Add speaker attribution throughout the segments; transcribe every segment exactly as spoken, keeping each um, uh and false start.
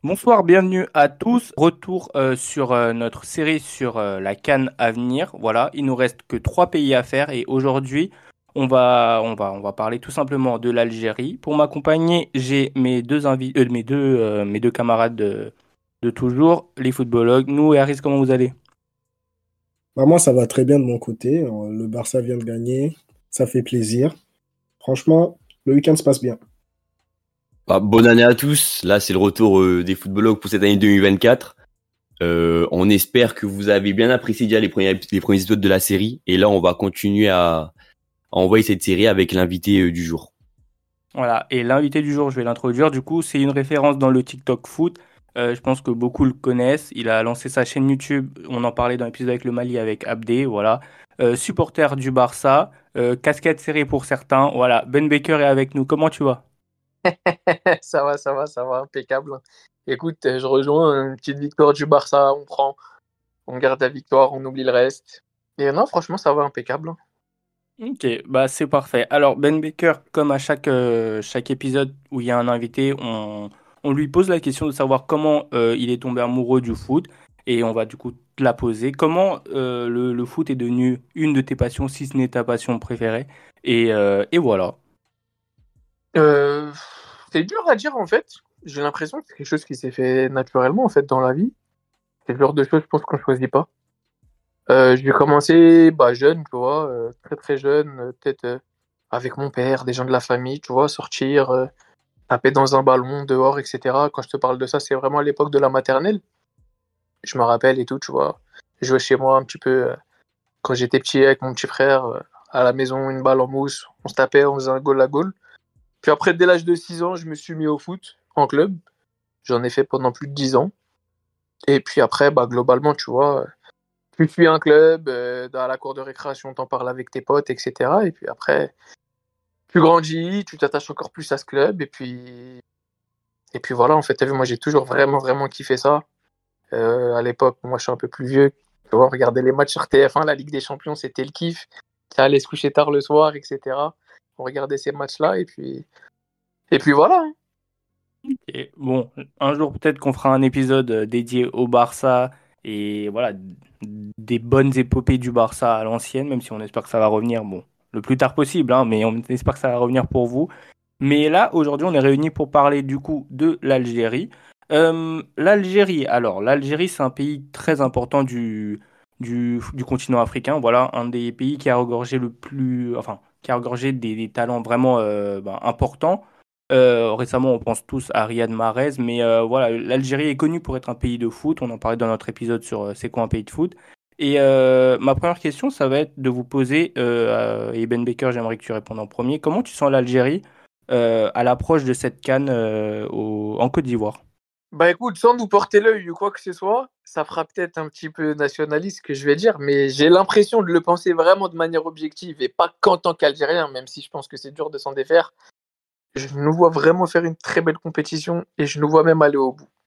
Speaker 1: Bonsoir, bienvenue à tous. Retour euh, sur euh, notre série sur euh, la CAN à venir. Voilà, il nous reste que trois pays à faire et aujourd'hui, on va, on va, on va parler tout simplement de l'Algérie. Pour m'accompagner, j'ai mes deux invi- euh, mes deux, euh, mes deux camarades de, de toujours, les footballogues. Nous et Harris, comment vous allez?
Speaker 2: Bah, moi, ça va très bien de mon côté. Euh, Le Barça vient de gagner. Ça fait plaisir. Franchement, le week-end se passe bien.
Speaker 3: Bah, bonne année à tous. Là, c'est le retour euh, des footballogues pour cette année deux mille vingt-quatre. Euh, on espère que vous avez bien apprécié déjà les premiers, les premiers épisodes de la série. Et là, on va continuer à, à envoyer cette série avec l'invité euh, du jour.
Speaker 1: Voilà, et l'invité du jour, je vais l'introduire. Du coup, c'est une référence dans le TikTok foot. Euh, je pense que beaucoup le connaissent. Il a lancé sa chaîne YouTube. On en parlait dans l'épisode avec le Mali avec Abdé. Voilà. Euh, supporter du Barça. Euh, casquette serrée pour certains. Voilà. Ben Baker est avec nous. Comment tu vas?
Speaker 4: Ça va, ça va, ça va, impeccable. Écoute, euh, je rejoins une petite victoire du Barça, on prend, on garde la victoire, on oublie le reste. Et non, franchement, ça va, impeccable.
Speaker 1: Ok, bah c'est parfait. Alors Ben Baker, comme à chaque, euh, chaque épisode où il y a un invité, on, on lui pose la question de savoir comment euh, il est tombé amoureux du foot et on va du coup te la poser. Comment euh, le, le foot est devenu une de tes passions, si ce n'est ta passion préférée. Et, euh, et voilà.
Speaker 4: Euh, c'est dur à dire, en fait. J'ai l'impression que c'est quelque chose qui s'est fait naturellement, en fait, dans la vie. C'est le genre de choses, je pense qu'on choisit pas. Euh, j'ai commencé bah, jeune, tu vois, euh, très très jeune, euh, peut-être euh, avec mon père, des gens de la famille, tu vois, sortir, euh, taper dans un ballon dehors, et cetera. Quand je te parle de ça, c'est vraiment à l'époque de la maternelle. Je me rappelle et tout, tu vois. Je jouais chez moi un petit peu euh, quand j'étais petit avec mon petit frère euh, à la maison, une balle en mousse, on se tapait, on faisait un goal à goal. Puis après, dès l'âge de six ans, je me suis mis au foot en club. J'en ai fait pendant plus de dix ans. Et puis après, bah, globalement, tu vois, euh, tu suis un club, euh, dans la cour de récréation, t'en parles avec tes potes, et cetera. Et puis après, tu grandis, tu t'attaches encore plus à ce club. Et puis, et puis voilà, en fait, t'as vu, moi, j'ai toujours vraiment, vraiment kiffé ça. Euh, à l'époque, moi, je suis un peu plus vieux. Tu vois, regarder les matchs sur T F un, la Ligue des Champions, c'était le kiff. Ça allait se coucher tard le soir, et cetera. On regardait ces matchs-là, et puis, et puis voilà. Hein.
Speaker 1: Et bon, un jour peut-être qu'on fera un épisode euh, dédié au Barça et voilà, des bonnes épopées du Barça à l'ancienne, même si on espère que ça va revenir, bon, le plus tard possible, hein, mais on espère que ça va revenir pour vous. Mais là, aujourd'hui, on est réunis pour parler du coup de l'Algérie. Euh, l'Algérie, alors, l'Algérie, c'est un pays très important du, du, du continent africain. Voilà, un des pays qui a regorgé le plus, enfin, qui a regorgé des, des talents vraiment euh, ben, importants. Euh, récemment, on pense tous à Riyad Mahrez, mais euh, voilà, l'Algérie est connue pour être un pays de foot. On en parlait dans notre épisode sur euh, c'est quoi un pays de foot. Et euh, ma première question, ça va être de vous poser, euh, et Ben Baker, j'aimerais que tu répondes en premier. Comment tu sens l'Algérie euh, à l'approche de cette CAN euh, au- en Côte d'Ivoire?
Speaker 4: Bah écoute, sans nous porter l'œil ou quoi que ce soit, ça fera peut-être un petit peu nationaliste ce que je vais dire, mais j'ai l'impression de le penser vraiment de manière objective et pas qu'en tant qu'Algérien, même si je pense que c'est dur de s'en défaire. Je nous vois vraiment faire une très belle compétition et je nous vois même aller au bout.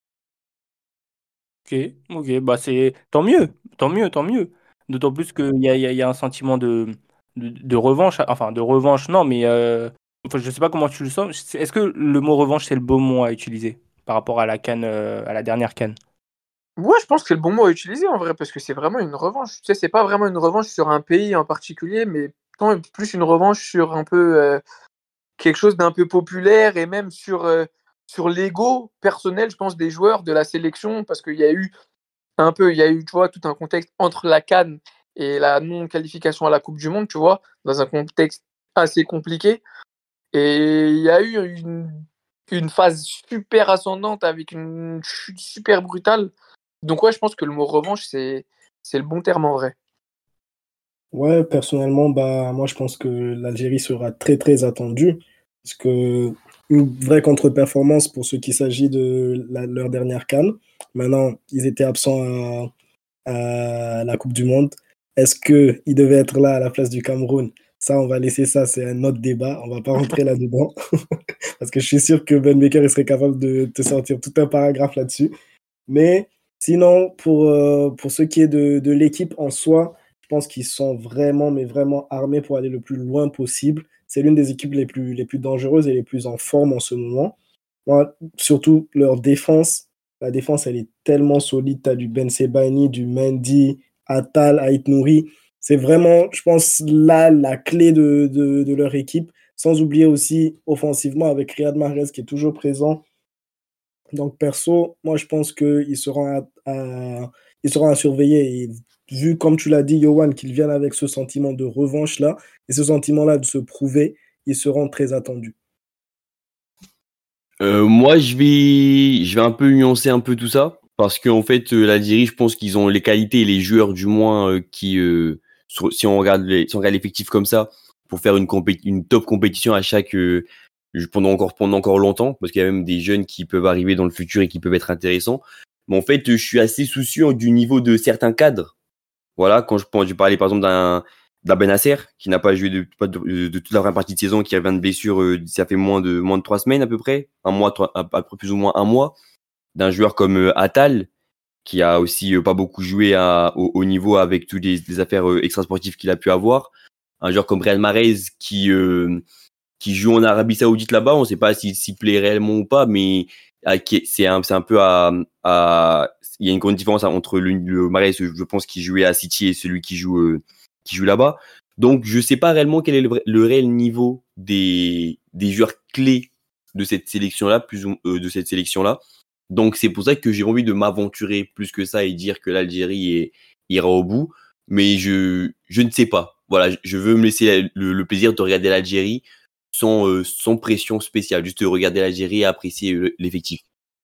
Speaker 1: Ok, ok, bah c'est tant mieux, tant mieux, tant mieux. D'autant plus qu'il y a, il y a- il y a un sentiment de, de, de revanche, enfin de revanche, non, mais euh, enfin, je sais pas comment tu le sens. Est-ce que le mot revanche, c'est le beau mot à utiliser par rapport à la CAN, euh, à la dernière CAN?
Speaker 4: Ouais, je pense que c'est le bon mot à utiliser en vrai, parce que c'est vraiment une revanche. Tu sais, c'est pas vraiment une revanche sur un pays en particulier, mais tant plus une revanche sur un peu euh, quelque chose d'un peu populaire et même sur, euh, sur l'ego personnel, je pense, des joueurs de la sélection, parce qu'il y a eu un peu, il y a eu, tu vois, tout un contexte entre la CAN et la non-qualification à la Coupe du Monde, tu vois, dans un contexte assez compliqué. Et il y a eu une, une phase super ascendante avec une chute super brutale. Donc ouais, je pense que le mot revanche, c'est, c'est le bon terme en vrai.
Speaker 2: Ouais, personnellement, bah, moi, je pense que l'Algérie sera très, très attendue. Parce que une vraie contre-performance pour ce qui s'agit de la- leur dernière CAN. Maintenant, ils étaient absents à, à la Coupe du Monde. Est-ce qu'ils devaient être là à la place du Cameroun? Ça, on va laisser ça, c'est un autre débat. On va pas rentrer là-dedans. Parce que je suis sûr que Ben Baker il serait capable de te sortir tout un paragraphe là-dessus. Mais sinon, pour, euh, pour ce qui est de, de l'équipe en soi, je pense qu'ils sont vraiment, mais vraiment armés pour aller le plus loin possible. C'est l'une des équipes les plus, les plus dangereuses et les plus en forme en ce moment. Moi, surtout leur défense. La défense, elle est tellement solide. Tu as du Ben Sebaini, du Mendy, Atal, Ait Nouri. C'est vraiment, je pense, là, la clé de, de, de leur équipe. Sans oublier aussi, offensivement, avec Riyad Mahrez qui est toujours présent. Donc, perso, moi, je pense qu'ils seront à, à- ils seront à surveiller. Et vu, comme tu l'as dit, Yohan, qu'ils viennent avec ce sentiment de revanche-là et ce sentiment-là de se prouver, ils seront très attendus.
Speaker 3: Euh, moi, je vais, je vais un peu nuancer un peu tout ça parce qu'en fait, euh, l'Algérie, je pense qu'ils ont les qualités et les joueurs du moins euh, qui, euh, sur- si on regarde les, si on regarde l'effectif comme ça, pour faire une compé- une top compétition à chaque euh, pendant encore pendant encore longtemps, parce qu'il y a même des jeunes qui peuvent arriver dans le futur et qui peuvent être intéressants. Mais en fait, je suis assez soucieux du niveau de certains cadres. Voilà, quand je pense, je parlais par exemple d'un d'un Benasser qui n'a pas joué de, pas de, de, de toute la première partie de saison, qui revient de blessure, euh, ça fait moins de moins de trois semaines à peu près, un mois, trois, à, à peu plus ou moins un mois. D'un joueur comme euh, Atal qui a aussi euh, pas beaucoup joué à, au, au niveau avec toutes les, les affaires euh, extrasportives qu'il a pu avoir. Un joueur comme Riyad Mahrez qui euh, qui joue en Arabie Saoudite là-bas, on ne sait pas s'il s'y plaît réellement ou pas, mais à, c'est un c'est un peu à, à il y a une grande différence entre le, le Mahrez, je pense, qui jouait à City et celui qui joue euh, qui joue là-bas. Donc je sais pas réellement quel est le, vrai- le réel niveau des des joueurs clés de cette sélection là, plus ou, euh, de cette sélection là. Donc c'est pour ça que j'ai envie de m'aventurer plus que ça et dire que l'Algérie est, ira au bout, mais je je ne sais pas. Voilà, je veux me laisser le, le plaisir de regarder l'Algérie sans, euh, sans pression spéciale, juste regarder l'Algérie et apprécier euh, l'effectif.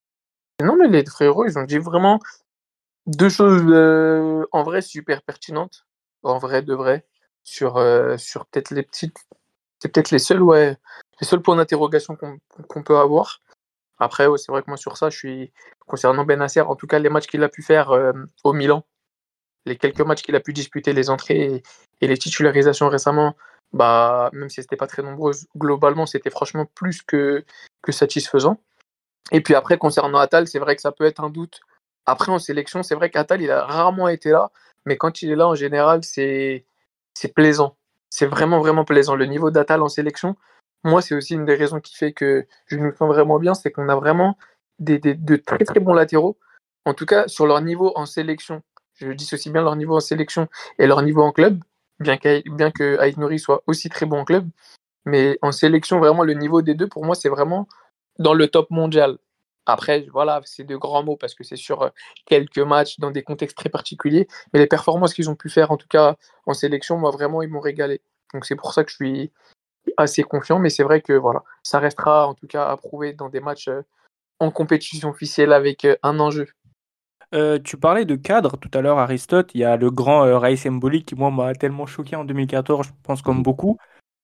Speaker 4: Non, mais les frérots, ils ont dit vraiment deux choses euh, en vrai super pertinentes, en vrai de vrai, sur, euh, sur peut-être les petites. C'est peut-être les seuls, ouais, les seuls points d'interrogation qu'on qu'on peut avoir. Après, ouais, c'est vrai que moi, sur ça, je suis. Concernant Benasser, en tout cas, les matchs qu'il a pu faire euh, au Milan, les quelques matchs qu'il a pu disputer, les entrées et, et les titularisations récemment, bah, même si c'était pas très nombreux, globalement, c'était franchement plus que, que satisfaisant. Et puis après, concernant Attal, c'est vrai que ça peut être un doute. Après, en sélection, c'est vrai qu'Attal, il a rarement été là, mais quand il est là, en général, c'est c'est plaisant. C'est vraiment, vraiment plaisant. Le niveau d'Attal en sélection, moi, c'est aussi une des raisons qui fait que je me sens vraiment bien, c'est qu'on a vraiment des, des- de très, très bons latéraux. En tout cas, sur leur niveau en sélection, je dissocie bien leur niveau en sélection et leur niveau en club, bien, qu'Aï- bien que Ait Nouri soit aussi très bon en club. Mais en sélection, vraiment, le niveau des deux, pour moi, c'est vraiment dans le top mondial. Après, voilà, c'est de grands mots parce que c'est sur euh, quelques matchs dans des contextes très particuliers. Mais les performances qu'ils ont pu faire, en tout cas en sélection, moi, vraiment, ils m'ont régalé. Donc c'est pour ça que je suis assez confiant. Mais c'est vrai que voilà, ça restera en tout cas à prouver dans des matchs euh, en compétition officielle avec euh, un enjeu.
Speaker 1: Euh, tu parlais de cadre tout à l'heure, Aristote. Il y a le grand euh, Raïs Mboli qui, moi, m'a tellement choqué en deux mille quatorze, je pense, comme beaucoup.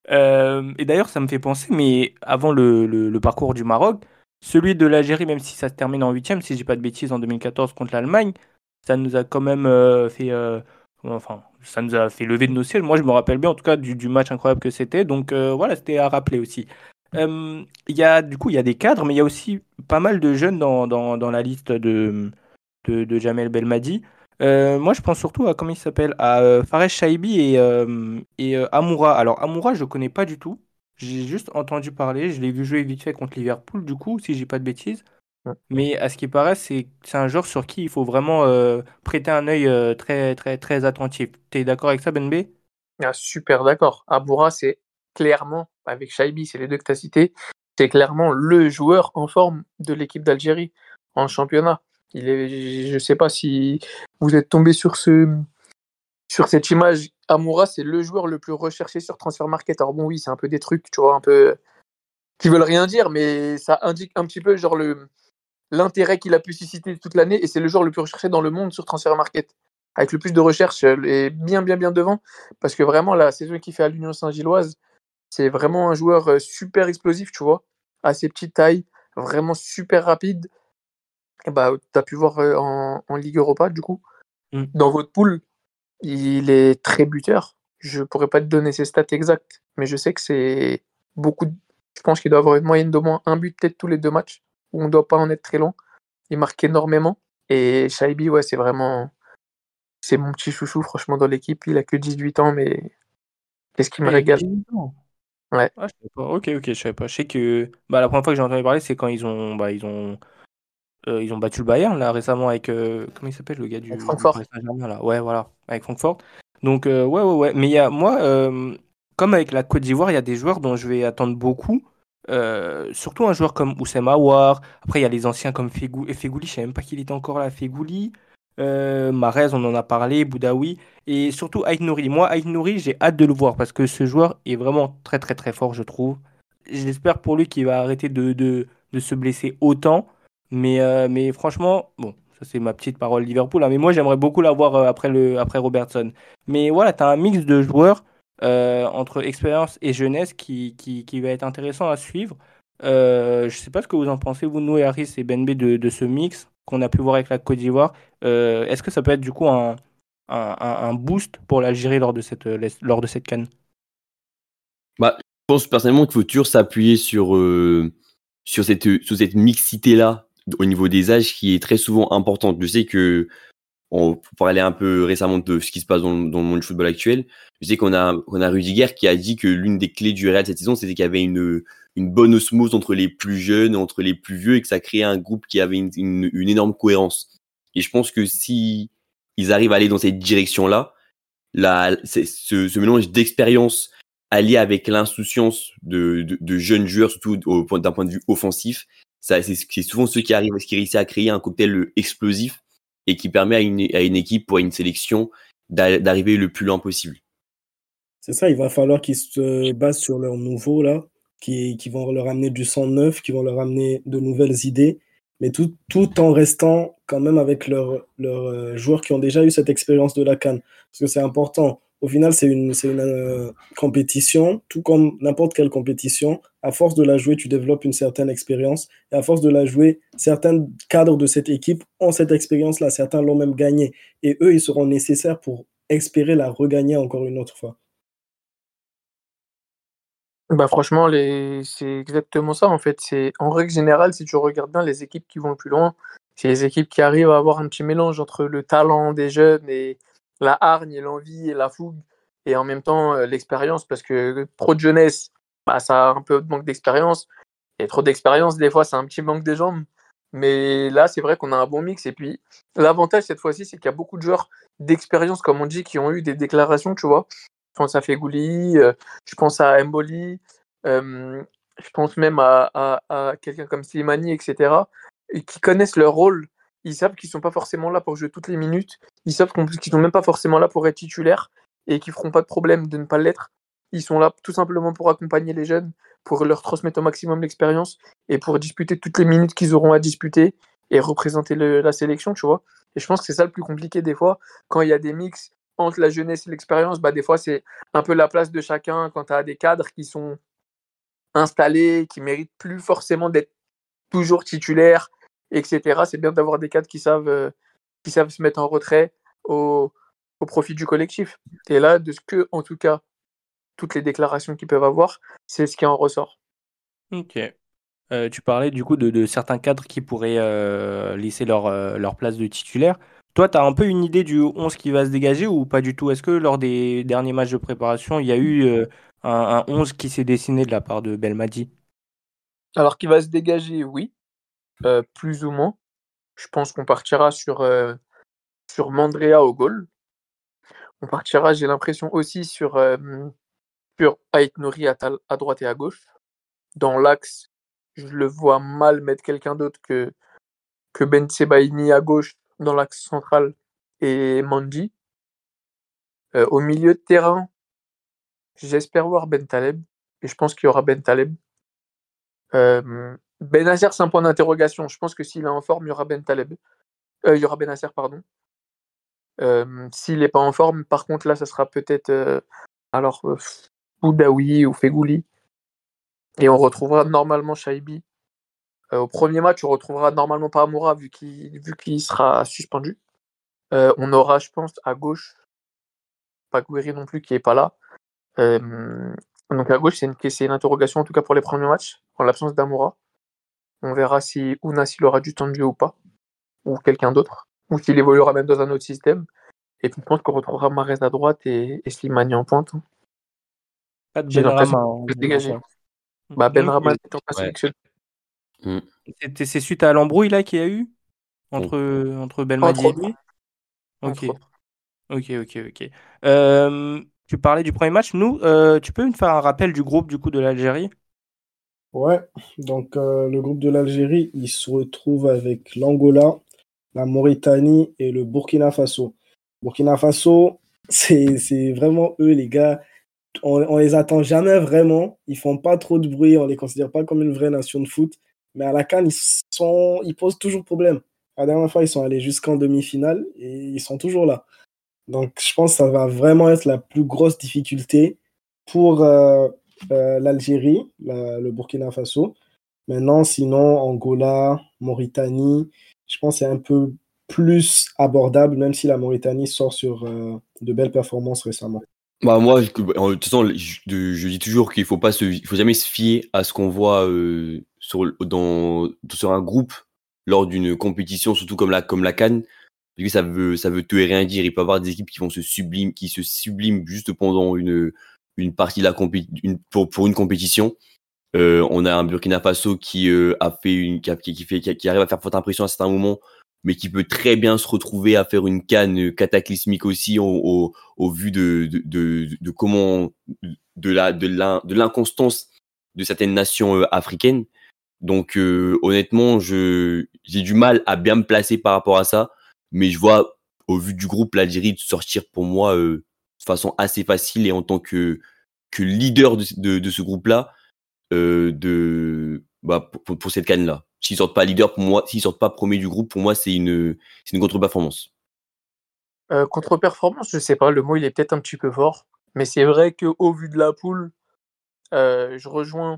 Speaker 1: Euh, et d'ailleurs, ça me fait penser, mais avant le, le- le parcours du Maroc, celui de l'Algérie, même si ça se termine en huitième, si je dis pas de bêtises, en deux mille quatorze contre l'Allemagne, ça nous a quand même euh, fait, euh, enfin, ça nous a fait lever de nos ciels. Moi, je me rappelle bien, en tout cas, du, du match incroyable que c'était. Donc euh, voilà, c'était à rappeler aussi. Euh, Il y a, du coup, il y a des cadres, mais il y a aussi pas mal de jeunes dans, dans, dans la liste de, de, de Jamel Belmadi. Euh, moi, je pense surtout à, comment il s'appelle, à euh, Fares Shaibi et, euh, et euh, Amoura. Alors, Amoura, je connais pas du tout. J'ai juste entendu parler. Je l'ai vu jouer vite fait contre Liverpool, du coup, si j'ai pas de bêtises. Mais à ce qui paraît, c'est c'est un joueur sur qui il faut vraiment euh, prêter un œil euh, très, très, très attentif. T'es d'accord avec ça, Ben B?
Speaker 4: Ah, super d'accord. Aboura, c'est clairement, avec Shaibi, c'est les deux que tu as cités, c'est clairement le joueur en forme de l'équipe d'Algérie en championnat. Il est, je ne sais pas si vous êtes tombé sur, ce, sur cette image. Amoura, c'est le joueur le plus recherché sur Transfer Market. Alors bon, oui, c'est un peu des trucs, tu vois, un peu qui veulent rien dire, mais ça indique un petit peu genre le, l'intérêt qu'il a pu susciter toute l'année, et c'est le joueur le plus recherché dans le monde sur Transfer Market. Avec le plus de recherches, et bien, bien, bien devant, parce que vraiment, la saison qu'il fait à l'Union Saint-Gilloise, c'est vraiment un joueur euh, super explosif, tu vois, à ses petites tailles, vraiment super rapide. Et bah, tu as pu voir euh, en, en Ligue Europa, du coup.
Speaker 1: Mm.
Speaker 4: Dans votre poule, il est très buteur. Je pourrais pas te donner ses stats exactes, mais je sais que c'est beaucoup. de- Je pense qu'il doit avoir une moyenne d'au moins un but peut-être tous les deux matchs, où on doit pas en être très loin. Il marque énormément. Et Shaibi, ouais, c'est vraiment. C'est mon petit chouchou, franchement, dans l'équipe. Il a que dix-huit ans, mais qu'est-ce qu'il me
Speaker 1: Ah, il a que
Speaker 4: régale.
Speaker 1: dix-huit ans.
Speaker 4: Ouais.
Speaker 1: Ah, je savais pas. Ok, ok, je savais pas. Je sais que bah, la première fois que j'ai entendu parler, c'est quand ils ont, bah, ils ont Euh, ils ont battu le Bayern là récemment avec euh, comment il s'appelle le gars du, du
Speaker 4: Francfort.
Speaker 1: Paris Saint-Germain là. Ouais, voilà, avec Francfort. Donc euh, ouais, ouais, ouais. Mais il y a moi, euh, comme avec la Côte d'Ivoire, il y a des joueurs dont je vais attendre beaucoup. Euh, surtout un joueur comme Oussem Aouar. Après, il y a les anciens comme Fegou... Fegouli. Je sais même pas qu'il était encore là. Fegouli. Euh, Mahrez, on en a parlé. Boudaoui. Et surtout Aït Nouri. Moi, Aït Nouri, j'ai hâte de le voir parce que ce joueur est vraiment très, très, très fort, je trouve. J'espère pour lui qu'il va arrêter de, de, de se blesser autant. Mais, euh, mais franchement, bon, ça c'est ma petite parole Liverpool, hein, mais moi j'aimerais beaucoup l'avoir euh, après, le, après Robertson. Mais voilà, tu as un mix de joueurs euh, entre expérience et jeunesse qui, qui, qui va être intéressant à suivre. Euh, je sais pas ce que vous en pensez, vous, Noé, Harris et Ben B, de, de ce mix qu'on a pu voir avec la Côte d'Ivoire. Euh, est-ce que ça peut être du coup un, un, un- un boost pour l'Algérie lors de cette, euh, lors de cette CAN?
Speaker 3: Bah, je pense personnellement qu'il faut toujours s'appuyer sur, euh, sur cette, sur cette mixité-là au niveau des âges qui est très souvent importante. Je sais que, on, pour parler un peu récemment de ce qui se passe dans, le- dans le monde du football actuel, je sais qu'on a, qu'on a Rudiger qui a dit que l'une des clés du Real cette saison, c'était qu'il y avait une, une bonne osmose entre les plus jeunes, entre les plus vieux et que ça créait un groupe qui avait une, une, une énorme cohérence. Et je pense que si ils arrivent à aller dans cette direction-là, la, c'est, ce, ce mélange d'expérience allié avec l'insouciance de, de, de jeunes joueurs, surtout au point, d'un point de vue offensif, ça, c'est, c'est souvent ceux qui arrivent, qui réussissent à créer un cocktail explosif et qui permet à une, à une équipe ou à une sélection d'a- d'arriver le plus loin possible.
Speaker 2: C'est ça, il va falloir qu'ils se basent sur leurs nouveaux, là, qui, qui vont leur amener du sang neuf, qui vont leur amener de nouvelles idées, mais tout, tout en restant quand même avec leurs leurs, euh, joueurs qui ont déjà eu cette expérience de la CAN. Parce que c'est important. Au final, c'est une, c'est une euh, compétition, tout comme n'importe quelle compétition. À force de la jouer, tu développes une certaine expérience. Et à force de la jouer, certains cadres de cette équipe ont cette expérience-là. Certains l'ont même gagnée. Et eux, ils seront nécessaires pour espérer la regagner encore une autre fois.
Speaker 4: Bah franchement, les... c'est exactement ça en fait. C'est en règle générale, si tu regardes bien les équipes qui vont le plus loin, c'est les équipes qui arrivent à avoir un petit mélange entre le talent des jeunes et la hargne et l'envie et la fougue et en même temps euh, l'expérience parce que trop de jeunesse, bah ça a un peu de manque d'expérience et trop d'expérience des fois c'est un petit manque des jambes. Mais là, c'est vrai qu'on a un bon mix et puis l'avantage cette fois-ci, c'est qu'il y a beaucoup de joueurs d'expérience comme on dit qui ont eu des déclarations, tu vois. Je pense à Fegouli, euh, je pense à Mboli, euh, je pense même à, à, à quelqu'un comme Slimani, et cetera. Et qui connaissent leur rôle. Ils savent qu'ils ne sont pas forcément là pour jouer toutes les minutes. Ils savent qu'on- qu'ils ne sont même pas forcément là pour être titulaires et qu'ils ne feront pas de problème de ne pas l'être. Ils sont là tout simplement pour accompagner les jeunes, pour leur transmettre au maximum l'expérience et pour disputer toutes les minutes qu'ils auront à disputer et représenter le- la sélection, tu vois. Et je pense que c'est ça le plus compliqué des fois, quand il y a des mix entre la jeunesse et l'expérience, bah, des fois, c'est un peu la place de chacun quand tu as des cadres qui sont installés, qui méritent plus forcément d'être toujours titulaires, et cetera. C'est bien d'avoir des cadres qui savent, euh, qui savent se mettre en retrait au, au profit du collectif. Et là, de ce que, en tout cas, toutes les déclarations qu'ils peuvent avoir, c'est ce qui en ressort.
Speaker 1: Ok. Euh, tu parlais du coup de, de certains cadres qui pourraient euh, laisser leur, euh, leur place de titulaire. Toi, tu as un peu une idée du onze qui va se dégager ou pas du tout? Est-ce que lors des derniers matchs de préparation, il y a eu euh, un, un onze qui s'est dessiné de la part de Belmadi?
Speaker 4: Alors qu'il va se dégager, oui, euh, plus ou moins. Je pense qu'on partira sur, euh, sur Mandrea au goal. On partira, j'ai l'impression, aussi sur, euh, sur Ait Nouri à, ta- à droite et à gauche. Dans l'axe, je le vois mal mettre quelqu'un d'autre que, que Ben Sebaini à gauche dans l'axe central et Mandy. Euh, au milieu de terrain, j'espère voir Ben Taleb. Et je pense qu'il y aura Ben Taleb. Euh, Benacer, c'est un point d'interrogation. Je pense que s'il est en forme, il y aura Ben Taleb. Euh, il y aura Benacer, pardon. Euh, s'il n'est pas en forme, par contre, là, ça sera peut-être euh, alors euh, Boudaoui ou Fegouli. Et on retrouvera normalement Shaibi. Euh, au premier match, on retrouvera normalement pas Amoura vu qu'il vu qu'il sera suspendu. Euh, on aura, je pense, à gauche, pas Guerri non plus qui est pas là. Euh, donc à gauche, c'est une, c'est une interrogation en tout cas pour les premiers matchs, en l'absence d'Amoura. On verra si Ounas il aura du temps de jeu ou pas, ou quelqu'un d'autre, ou s'il évoluera même dans un autre système. Et puis je pense qu'on retrouvera Mahrez à droite et, et Slimani en pointe.
Speaker 1: Pas de
Speaker 4: J'ai l'impression
Speaker 1: Benrahma
Speaker 4: qu'il
Speaker 1: en
Speaker 4: peut se dégager.
Speaker 1: défenseur.
Speaker 4: Bah, Ben
Speaker 1: Ok.
Speaker 4: Rama étant pas
Speaker 3: Ouais.
Speaker 4: sélectionné.
Speaker 3: Mm.
Speaker 1: C'était, c'est suite à l'embrouille là qu'il y a eu
Speaker 3: Bon.
Speaker 1: entre, entre
Speaker 4: Entre
Speaker 1: Belmadi et
Speaker 4: autres.
Speaker 1: lui? Ok,
Speaker 4: Entre autres.
Speaker 1: ok, ok, ok. Euh, tu parlais du premier match. Nous, euh, tu peux me faire un rappel du groupe du coup de l'Algérie?
Speaker 2: Ouais, donc euh, le groupe de l'Algérie, il se retrouve avec l'Angola, la Mauritanie et le Burkina Faso. Burkina Faso, c'est c'est vraiment eux, les gars. On, on les attend jamais vraiment. Ils font pas trop de bruit. On les considère pas comme une vraie nation de foot. Mais à la CAN, ils sont, ils posent toujours problème. La dernière fois, ils sont allés jusqu'en demi-finale et ils sont toujours là. Donc, je pense que ça va vraiment être la plus grosse difficulté pour euh, euh, l'Algérie, la- le Burkina Faso. Maintenant, sinon, Angola, Mauritanie, je pense que c'est un peu plus abordable, même si la Mauritanie sort sur euh, de belles performances récemment.
Speaker 3: Bah moi, je- en- de toute façon, je, de- je dis toujours qu'il faut pas se, il faut jamais se fier à ce qu'on voit euh, sur le- dans sur un groupe lors d'une compétition, surtout comme la comme la CAN, parce que ça veut ça veut tout et rien dire. Il peut y avoir des équipes qui vont se sublime, qui se subliment juste pendant une une partie de la compé une, pour pour une compétition. Euh, on a un Burkina Faso qui euh, a fait une qui, a- qui qui fait qui, qui arrive à faire forte impression à certains moments, mais qui peut très bien se retrouver à faire une CAN cataclysmique aussi au, au, au vu de, de, de, de comment de la de l'in- de l'inconstance de certaines nations euh, africaines. Donc euh, honnêtement, je j'ai du mal à bien me placer par rapport à ça, mais je vois au vu du groupe l'Algérie de sortir pour moi euh, de façon assez facile et en tant que que leader de, de, de ce groupe-là euh, de bah, pour, pour cette CAN-là. S'ils sortent pas leader, pour moi, s'ils sortent pas premier du groupe, pour moi, c'est une, c'est une contre-performance.
Speaker 4: Euh, contre-performance, je sais pas, le mot il est peut-être un petit peu fort. Mais c'est vrai qu'au vu de la poule, euh, je rejoins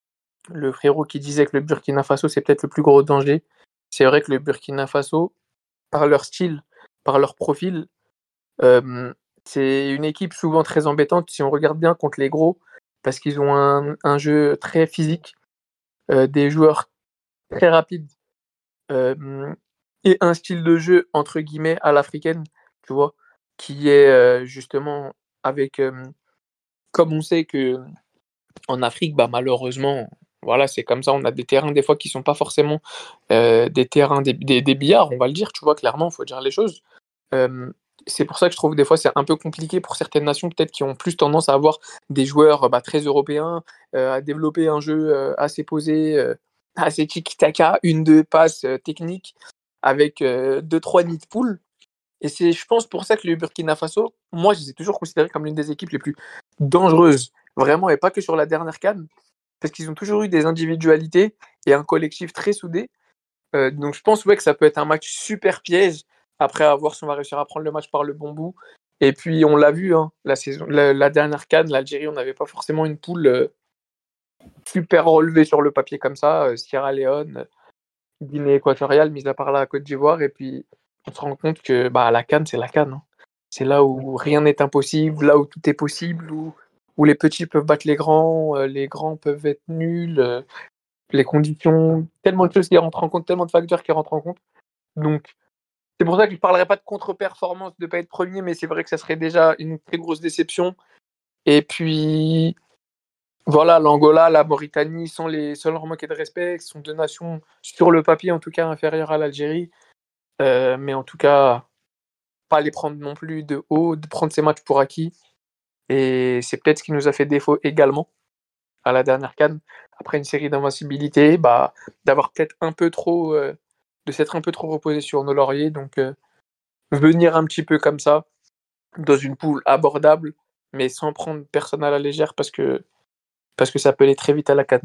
Speaker 4: le frérot qui disait que le Burkina Faso, c'est peut-être le plus gros danger. C'est vrai que le Burkina Faso, par leur style, par leur profil, euh, c'est une équipe souvent très embêtante si on regarde bien contre les gros, parce qu'ils ont un, un jeu très physique, euh, des joueurs très rapides, euh, et un style de jeu, entre guillemets, à l'africaine, tu vois, qui est euh, justement avec, euh, comme on sait que en Afrique, bah, malheureusement, voilà, c'est comme ça. On a des terrains des fois qui sont pas forcément euh, des terrains des, des, des billards, on va le dire, tu vois, clairement, il faut dire les choses. Euh, c'est pour ça que je trouve des fois c'est un peu compliqué pour certaines nations peut-être qui ont plus tendance à avoir des joueurs bah, très européens, euh, à développer un jeu euh, assez posé, euh, assez tiki-taka, une deux passes euh, techniques avec euh, deux trois nids de poule. Et c'est, je pense, pour ça que le Burkina Faso, moi, je les ai toujours considérés comme l'une des équipes les plus dangereuses, vraiment, et pas que sur la dernière CAN, parce qu'ils ont toujours eu des individualités et un collectif très soudé. Euh, donc, je pense ouais, que ça peut être un match super piège. Après, à voir si on va réussir à prendre le match par le bon bout. Et puis, on l'a vu, hein, la, saison, la, la dernière CAN, l'Algérie, on n'avait pas forcément une poule euh, super relevée sur le papier comme ça. Euh, Sierra Leone, Guinée équatoriale, mis à part la Côte d'Ivoire. Et puis, on se rend compte que bah, la CAN, c'est la CAN. Hein. C'est là où rien n'est impossible, là où tout est possible, où, où les petits peuvent battre les grands, euh, les grands peuvent être nuls, euh, les conditions, tellement de choses qui rentrent en compte, tellement de facteurs qui rentrent en compte. Donc, c'est pour ça que je ne parlerai pas de contre-performance de ne pas être premier, mais c'est vrai que ça serait déjà une très grosse déception. Et puis, voilà, l'Angola, la Mauritanie sont les seuls remarqués de respect, ce sont deux nations, sur le papier en tout cas, inférieures à l'Algérie. Euh, mais en tout cas, pas les prendre non plus de haut, de prendre ces matchs pour acquis. Et c'est peut-être ce qui nous a fait défaut également à la dernière CAN. Après une série d'invincibilité, bah, d'avoir peut-être un peu trop, euh, de s'être un peu trop reposé sur nos lauriers. Donc, euh, venir un petit peu comme ça, dans une poule abordable, mais sans prendre personne à la légère parce que, parce que ça peut aller très vite à la CAN.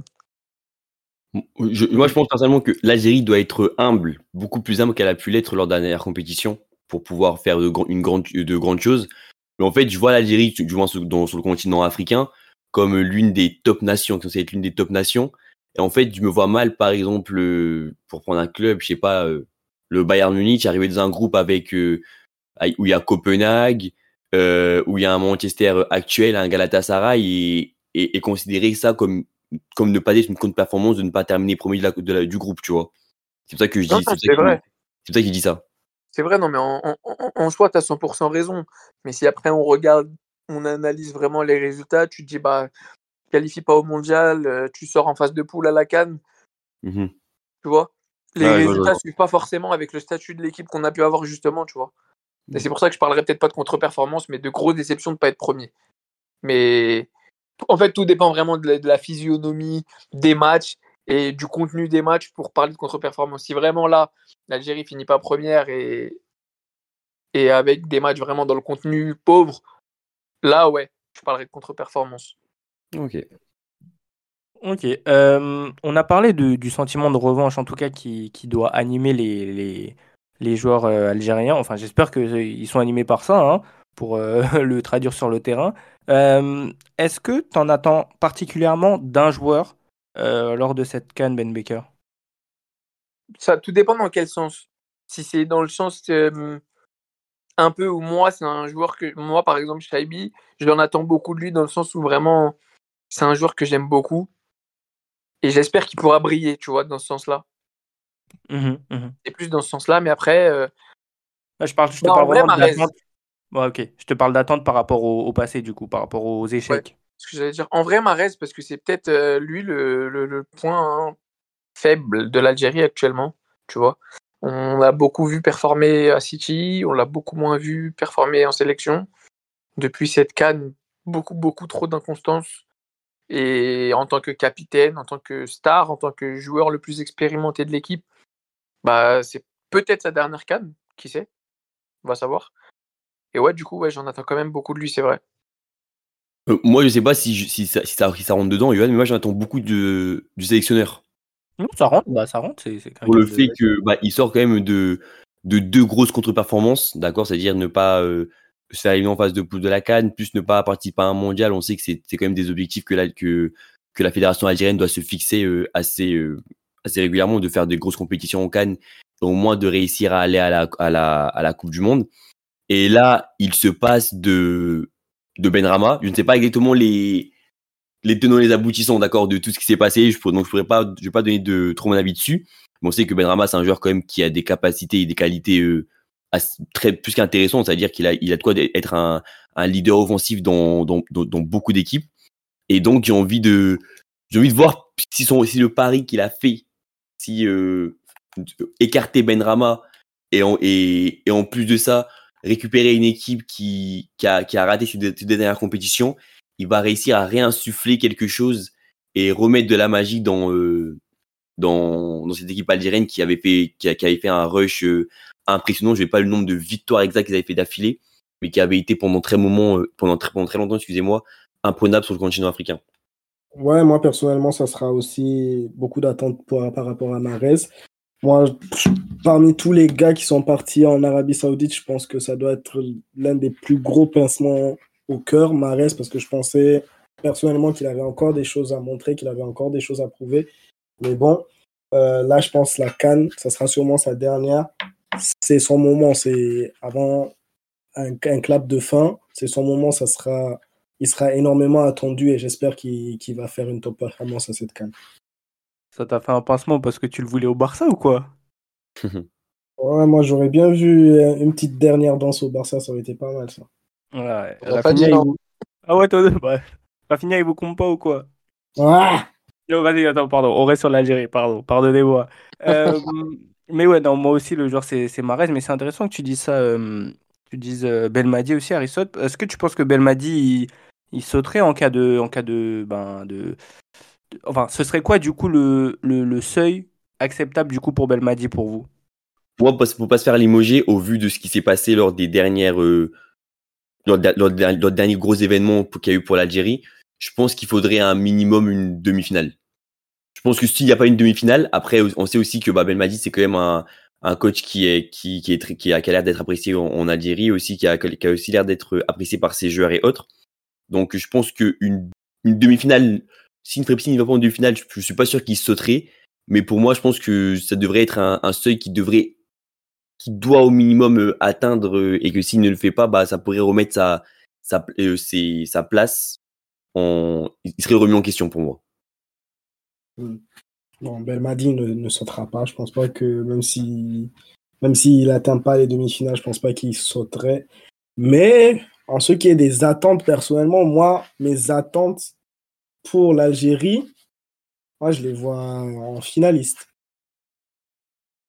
Speaker 3: Je, moi, je pense personnellement que l'Algérie doit être humble, beaucoup plus humble qu'elle a pu l'être lors de la dernière compétition pour pouvoir faire de, gr- une grande, de grandes choses. Mais en fait, je vois l'Algérie, du moins sur, dans, sur le continent africain, comme l'une des top nations, qui est censée être l'une des top nations. Et en fait, je me vois mal, par exemple, euh, pour prendre un club, je sais pas, euh, le Bayern Munich, arriver dans un groupe avec euh, où il y a Copenhague, euh, où il y a un Manchester actuel, un Galatasaray, et, et, et considérer ça comme comme ne pas être une contre-performance de ne pas terminer premier de la, de la- du groupe, tu vois. C'est pour ça que je
Speaker 4: Non,
Speaker 3: dis,
Speaker 4: non,
Speaker 3: c'est pour ça
Speaker 4: c'est
Speaker 3: que,
Speaker 4: vrai.
Speaker 3: c'est pour ça que je dis ça.
Speaker 4: C'est vrai, non, mais en, en, en- en soi, tu as cent pour cent raison. Mais si après on regarde, on analyse vraiment les résultats, tu te dis, bah, qualifie pas au mondial, euh, tu sors en phase de poule à la CAN,
Speaker 3: Mhm.
Speaker 4: tu vois. Les
Speaker 3: Ouais, je vois, je
Speaker 4: résultats
Speaker 3: vois.
Speaker 4: suivent pas forcément avec le statut de l'équipe qu'on a pu avoir justement, tu vois. Et c'est pour ça que je parlerai peut-être pas de contre-performance, mais de grosses déceptions de ne pas être premier. Mais en fait, tout dépend vraiment de la, de la physionomie des matchs et du contenu des matchs pour parler de contre-performance. Si vraiment là, l'Algérie finit pas première et, et avec des matchs vraiment dans le contenu pauvre, là, ouais, je parlerai de contre-performance.
Speaker 3: Ok.
Speaker 1: Ok. Euh, on a parlé de- du sentiment de revanche, en tout cas, qui, qui doit animer les, les, les joueurs euh, algériens. Enfin, j'espère qu'ils sont animés par ça, hein, pour euh, le traduire sur le terrain. Euh, est-ce que tu en attends particulièrement d'un joueur euh, lors de cette CAN, Ben Baker?
Speaker 4: Ça, tout dépend dans quel sens. Si c'est dans le sens euh, un peu où moi, c'est un joueur que, moi, par exemple, Shaibi, je en attends beaucoup de lui dans le sens où vraiment, c'est un joueur que j'aime beaucoup et j'espère qu'il pourra briller, tu vois, dans ce sens-là.
Speaker 1: Mhm, mhm.
Speaker 4: C'est plus dans ce sens-là, mais après, euh,
Speaker 1: Là, je parle, je te
Speaker 4: bah, en
Speaker 1: parle
Speaker 4: vrai,
Speaker 1: vraiment
Speaker 4: Mahrez,
Speaker 1: d'attente. Ouais, ok. Je te parle d'attente par rapport au, au passé, du coup, par rapport aux
Speaker 4: ouais,
Speaker 1: échecs.
Speaker 4: ce que j'allais dire. En vrai, Mahrez, parce que c'est peut-être euh, lui le, le, le point hein, faible de l'Algérie actuellement, tu vois. On l'a beaucoup vu performer à City, on l'a beaucoup moins vu performer en sélection. Depuis cette CAN, beaucoup, beaucoup trop d'inconstance. Et en tant que capitaine, en tant que star, en tant que joueur le plus expérimenté de l'équipe, bah, c'est peut-être sa dernière CAN, qui sait, on va savoir. Et ouais, du coup, ouais, j'en attends quand même beaucoup de lui, c'est vrai.
Speaker 3: Euh, moi, je sais pas si, je- si, ça, si, ça, si ça rentre dedans, Yoann, mais moi, j'attends beaucoup de, du sélectionneur.
Speaker 1: Non, ça rentre, bah, ça rentre, c'est c'est
Speaker 3: Pour le
Speaker 1: quelqu'un de.
Speaker 3: fait que bah, il sort quand même de, de deux grosses contre-performances, d'accord? C'est-à-dire ne pas euh, se faire éliminer en phase de poule de la CAN, plus ne pas participer à un mondial. On sait que c'est c'est quand même des objectifs que la, que, que la fédération algérienne doit se fixer euh, assez, euh, assez régulièrement, de faire des grosses compétitions en CAN, au moins de réussir à aller à la, à la, à la Coupe du Monde. Et là, il se passe de, de Benrahma. Je ne sais pas exactement les, les tenants et les aboutissants, d'accord, de tout ce qui s'est passé. Je, donc, je pourrais pas, je vais pas donner de, trop mon avis dessus. Mais on sait que Benrahma, c'est un joueur quand même qui a des capacités et des qualités euh, assez- très, plus qu'intéressantes. C'est-à-dire qu'il a, il a de quoi être un, un leader offensif dans, dans, dans, dans beaucoup d'équipes. Et donc, j'ai envie de, j'ai envie de voir si, son, si le pari qu'il a fait, si euh, écarter Benrahma et en, et, et en plus de ça, récupérer une équipe qui, qui, a, qui a raté ses deux, ses deux dernières compétitions, il va réussir à réinsuffler quelque chose et remettre de la magie dans, euh, dans, dans cette équipe algérienne qui avait fait, qui, a, qui avait fait un rush euh, impressionnant. Je n'ai pas le nombre de victoires exactes qu'ils avaient fait d'affilée, mais qui avait été pendant très, moment, euh, pendant très, pendant très longtemps, excusez-moi, imprenable sur le continent africain.
Speaker 2: Ouais, moi personnellement, ça sera aussi beaucoup d'attentes pour- par rapport à Mahrez. Moi, je- parmi tous les gars qui sont partis en Arabie Saoudite, je pense que ça doit être l'un des plus gros pincements au cœur, Mahrez, parce que je pensais personnellement qu'il avait encore des choses à montrer, qu'il avait encore des choses à prouver. Mais bon, euh, là, je pense la CAN, ça sera sûrement sa dernière. C'est son moment, c'est avant un, un clap de fin, c'est son moment, ça sera, il sera énormément attendu et j'espère qu'il qu'il va faire une top performance à cette CAN.
Speaker 1: Ça t'a fait un pincement parce que tu le voulais au Barça ou quoi?
Speaker 2: Ouais, moi j'aurais bien vu euh, une petite dernière danse au Barça, ça aurait été pas mal ça.
Speaker 1: Ouais,
Speaker 4: On n'a pas dit
Speaker 1: Rafinha, il
Speaker 4: non.
Speaker 1: vous. Ah ouais, toi deux, bref. Rafinha, il vous compte pas ou quoi?
Speaker 2: Ah
Speaker 1: Non, vas-y, attends, pardon, on reste sur l'Algérie, pardon, pardonnez-moi. Euh, mais ouais, non, moi aussi, le joueur, c'est c'est Mahrez, mais c'est intéressant que tu dises ça, euh, tu dises euh, Belmadi aussi, Aristote. Est-ce que tu penses que Belmadi, il, il sauterait en cas de, en cas de, ben, de, de- enfin, ce serait quoi, du coup, le, le, le seuil acceptable, du coup, pour Belmadi, pour vous?
Speaker 3: Pour moi, pour pas se faire limoger au vu de ce qui s'est passé lors des dernières, euh, lors, de- lors, de- lors des derniers gros événements qu'il y a eu pour l'Algérie, je pense qu'il faudrait un minimum une demi-finale. Je pense que s'il n'y a pas une demi-finale, après, on sait aussi que bah, Belmadi, c'est quand même un, un coach qui est, qui, qui est très, qui a, qui a l'air d'être apprécié en, en Algérie aussi, qui a, qui a aussi l'air d'être apprécié par ses joueurs et autres. Donc, je pense qu'une une demi-finale, si une Frépsine ne va pas en demi-finale, je, je suis pas sûr qu'il sauterait. Mais pour moi, je pense que ça devrait être un, un seuil qui devrait qui doit au minimum euh, atteindre euh, et que s'il ne le fait pas, bah, ça pourrait remettre sa, sa, euh, ses- sa place en, il serait remis en question pour moi.
Speaker 2: Bon, Belmadi ne, ne sautera pas. Je pense pas que même si même s'il n'atteint pas les demi-finales, je pense pas qu'il sauterait. Mais en ce qui est des attentes, personnellement, moi, mes attentes pour l'Algérie, moi, je les vois en finaliste.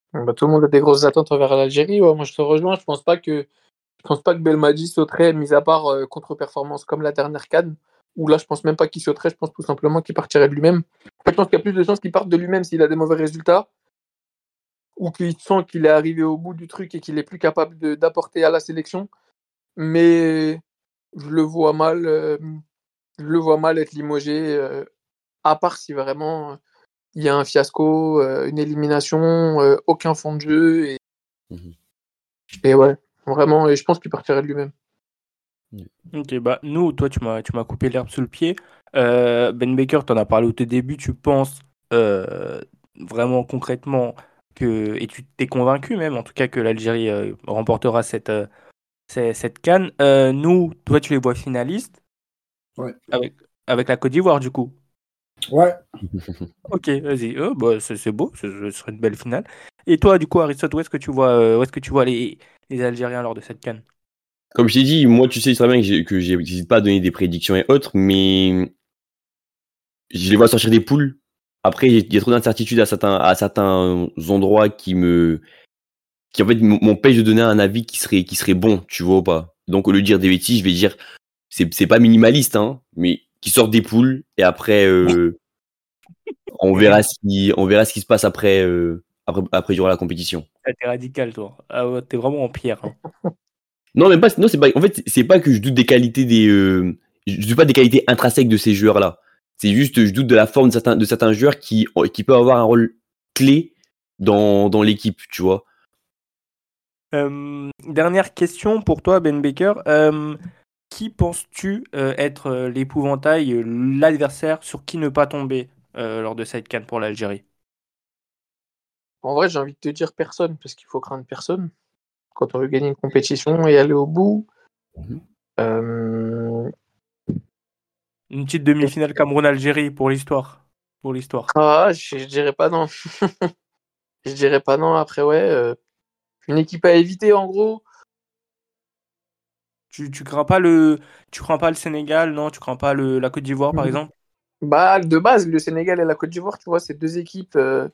Speaker 4: Bah, tout le monde a des grosses attentes envers l'Algérie. Ouais, moi, je te rejoins. Je pense pas que, je pense pas que Belmadi sauterait, mis à part euh, contre-performance comme la dernière CAN. Où là, je pense même pas qu'il sauterait. Je pense tout simplement qu'il partirait de lui-même. En fait, je pense qu'il y a plus de chances qu'il parte de lui-même s'il a des mauvais résultats ou qu'il sent qu'il est arrivé au bout du truc et qu'il est plus capable de, d'apporter à la sélection. Mais je le vois mal, euh, je le vois mal être limogé, euh, à part si vraiment il y a un fiasco, euh, une élimination, euh, aucun fond de jeu. Et,
Speaker 3: Mhm.
Speaker 4: et ouais, vraiment, et je pense qu'il partirait de lui-même.
Speaker 1: Ok, bah nous, toi, tu m'as, tu m'as coupé l'herbe sous le pied. Euh, Ben Baker, t'en as parlé au tout début. Tu penses euh, vraiment concrètement que, et tu t'es convaincu même, en tout cas, que l'Algérie euh, remportera cette, euh, cette, cette CAN. Euh, nous, toi, tu les vois finalistes
Speaker 2: Ouais.
Speaker 1: avec, avec la Côte d'Ivoire, du coup.
Speaker 2: Ouais.
Speaker 1: Ok, vas-y. Euh, bah, c'est, c'est beau, ce ce serait une belle finale. Et toi, du coup, Aristote, où est-ce que tu vois, euh, où est-ce que tu vois les, les Algériens lors de cette CAN?
Speaker 3: Comme je t'ai dit, moi, tu sais très bien que j'ai- que j'ai- j'hésite pas à donner des prédictions et autres, mais je les vois sortir des poules. Après, il y a trop d'incertitudes à certains, à certains endroits qui me, qui en fait m- m'empêchent de donner un avis qui serait, qui serait bon, tu vois ou pas. Donc, au lieu de dire des bêtises, je vais dire, c'est, c'est pas minimaliste, hein, mais qui sortent des poules et après, euh, on verra ce qui, on verra ce qui se passe après, euh, après, après durant la compétition.
Speaker 1: Ah, t'es radical, toi. Ah ouais, t'es vraiment en pierre, hein.
Speaker 3: Non, mais pas, non, c'est pas, en fait, c'est pas que je doute des qualités des, euh, je doute pas des qualités intrinsèques de ces joueurs-là. C'est juste, je doute de la forme de certains, de certains joueurs qui, qui peuvent avoir un rôle clé dans, dans l'équipe, tu vois.
Speaker 1: Euh, dernière question pour toi, Ben Baker. Euh, qui penses-tu euh, être euh, l'épouvantail, euh, l'adversaire sur qui ne pas tomber euh, lors de cette CAN pour l'Algérie?
Speaker 4: En vrai, j'ai envie de te dire personne, parce qu'il faut craindre personne quand on veut gagner une compétition et aller au bout.
Speaker 3: Mhm.
Speaker 4: Euh...
Speaker 1: Une petite demi-finale Cameroun-Algérie pour l'histoire. Pour l'histoire.
Speaker 4: Ah, je, je dirais pas non. Je dirais pas non. Après, ouais, euh, une équipe à éviter, en gros.
Speaker 1: Tu, tu crains pas le, tu crains pas le Sénégal, non? Tu crains pas le, la Côte d'Ivoire, par exemple?
Speaker 4: Bah, de base, le Sénégal et la Côte d'Ivoire, tu vois, c'est deux équipes, euh,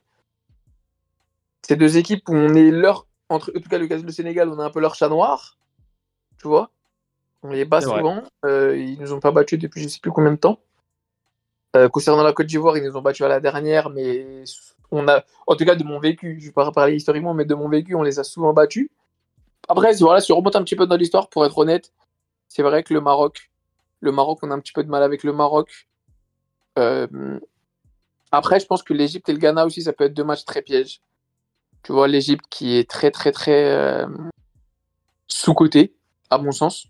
Speaker 4: c'est deux équipes où on est leur, entre, en tout cas, le, le Sénégal, on a un peu leur chat noir, tu vois. On les bat
Speaker 1: C'est vrai.
Speaker 4: souvent. Euh, ils nous ont pas battus depuis je sais plus combien de temps. Euh, concernant la Côte d'Ivoire, ils nous ont battus à la dernière, mais on a, en tout cas, de mon vécu, je vais pas parler historiquement, mais de mon vécu, on les a souvent battus. Après, voilà, si on remonte un petit peu dans l'histoire, pour être honnête, c'est vrai que le Maroc, le Maroc, on a un petit peu de mal avec le Maroc. Euh, Après, je pense que l'Égypte et le Ghana aussi, ça peut être deux matchs très pièges. Tu vois, l'Égypte qui est très, très, très euh, sous-coté, à mon sens.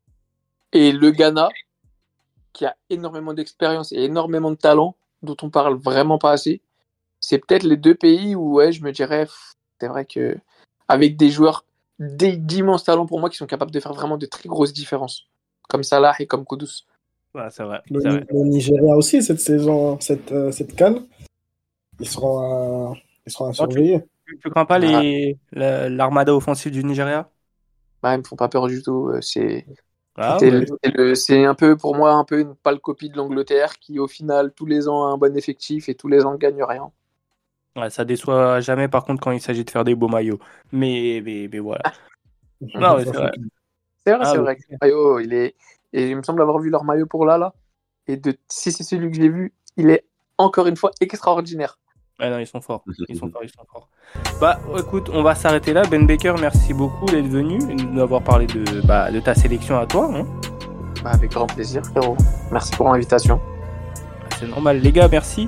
Speaker 4: Et le Ghana, qui a énormément d'expérience et énormément de talent, dont on parle vraiment pas assez. C'est peut-être les deux pays où, ouais, je me dirais, pff, c'est vrai que avec des joueurs d'immenses talents pour moi qui sont capables de faire vraiment de très grosses différences, comme Salah et comme Kudus.
Speaker 1: Ouais, c'est vrai.
Speaker 2: Le,
Speaker 1: C'est vrai.
Speaker 2: le Nigeria aussi, cette saison, cette, euh, cette CAN, ils seront à, ils seront à
Speaker 1: Non, tu,
Speaker 2: surveiller.
Speaker 1: tu, tu crains pas
Speaker 4: Ah,
Speaker 1: les, la- l'armada offensive du Nigeria?
Speaker 4: bah, ils me font pas peur du tout. euh, C'est
Speaker 1: Ah,
Speaker 4: c'est
Speaker 1: bah,
Speaker 4: le- c'est le- c'est un peu, pour moi, un peu une pâle copie de l'Angleterre qui, au final, tous les ans a un bon effectif et tous les ans ne gagne rien.
Speaker 1: ouais, ça déçoit jamais, par contre, quand il s'agit de faire des beaux maillots. Mais, mais, mais voilà. Non, mais
Speaker 2: Ça
Speaker 1: c'est
Speaker 2: fait
Speaker 1: vrai.
Speaker 2: plaisir.
Speaker 4: C'est vrai,
Speaker 1: Ah,
Speaker 4: c'est
Speaker 1: bah,
Speaker 4: vrai que le maillot, il est. Et il me semble avoir vu leur maillot pour là, là. Et de... si c'est celui que j'ai vu, il est encore une fois extraordinaire.
Speaker 1: ah non, ils sont forts. Ils sont forts, ils sont forts. Bah, écoute, on va s'arrêter là. Ben Baker, merci beaucoup d'être venu et de nous avoir parlé de, bah, de ta sélection à toi, hein.
Speaker 4: Bah, avec grand plaisir, frérot. Merci pour l'invitation.
Speaker 1: C'est normal. Les gars, merci.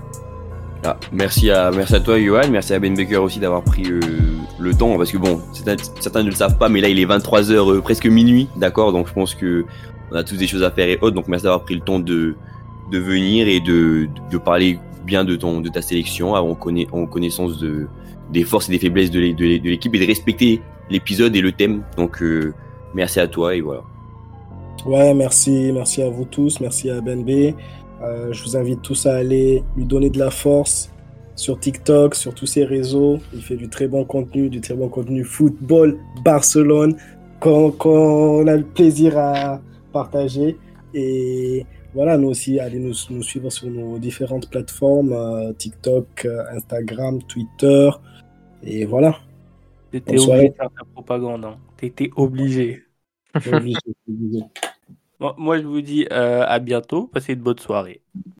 Speaker 3: Ah, merci à, merci à toi, Johan. Merci à Ben Baker aussi d'avoir pris euh, le temps. Parce que bon, certains, certains ne le savent pas, mais là, il est vingt-trois heures, euh, presque minuit. D'accord? Donc, je pense que on a tous des choses à faire et autres. Donc, merci d'avoir pris le temps de, de venir et de, de parler bien de ton, de ta sélection, en, connaît, en connaissance de, des forces et des faiblesses de, de, de l'équipe et de respecter l'épisode et le thème. Donc, euh, merci à toi et voilà.
Speaker 2: Ouais, merci, merci à vous tous, merci à Ben B. Euh, je vous invite tous à aller lui donner de la force sur TikTok, sur tous ses réseaux. Il fait du très bon contenu, du très bon contenu football, Barcelone, qu'on qu'on a le plaisir à partager. Et voilà, nous aussi, allez nous, nous suivre sur nos différentes plateformes, euh, TikTok, euh, Instagram, Twitter. Et voilà.
Speaker 1: T'étais
Speaker 2: Bonne
Speaker 1: obligé
Speaker 2: soirée.
Speaker 1: de faire ta propagande. Hein. T'étais obligé.
Speaker 2: Obligé, obligé.
Speaker 1: Moi, moi, je vous dis euh, à bientôt. Passez une bonne soirée.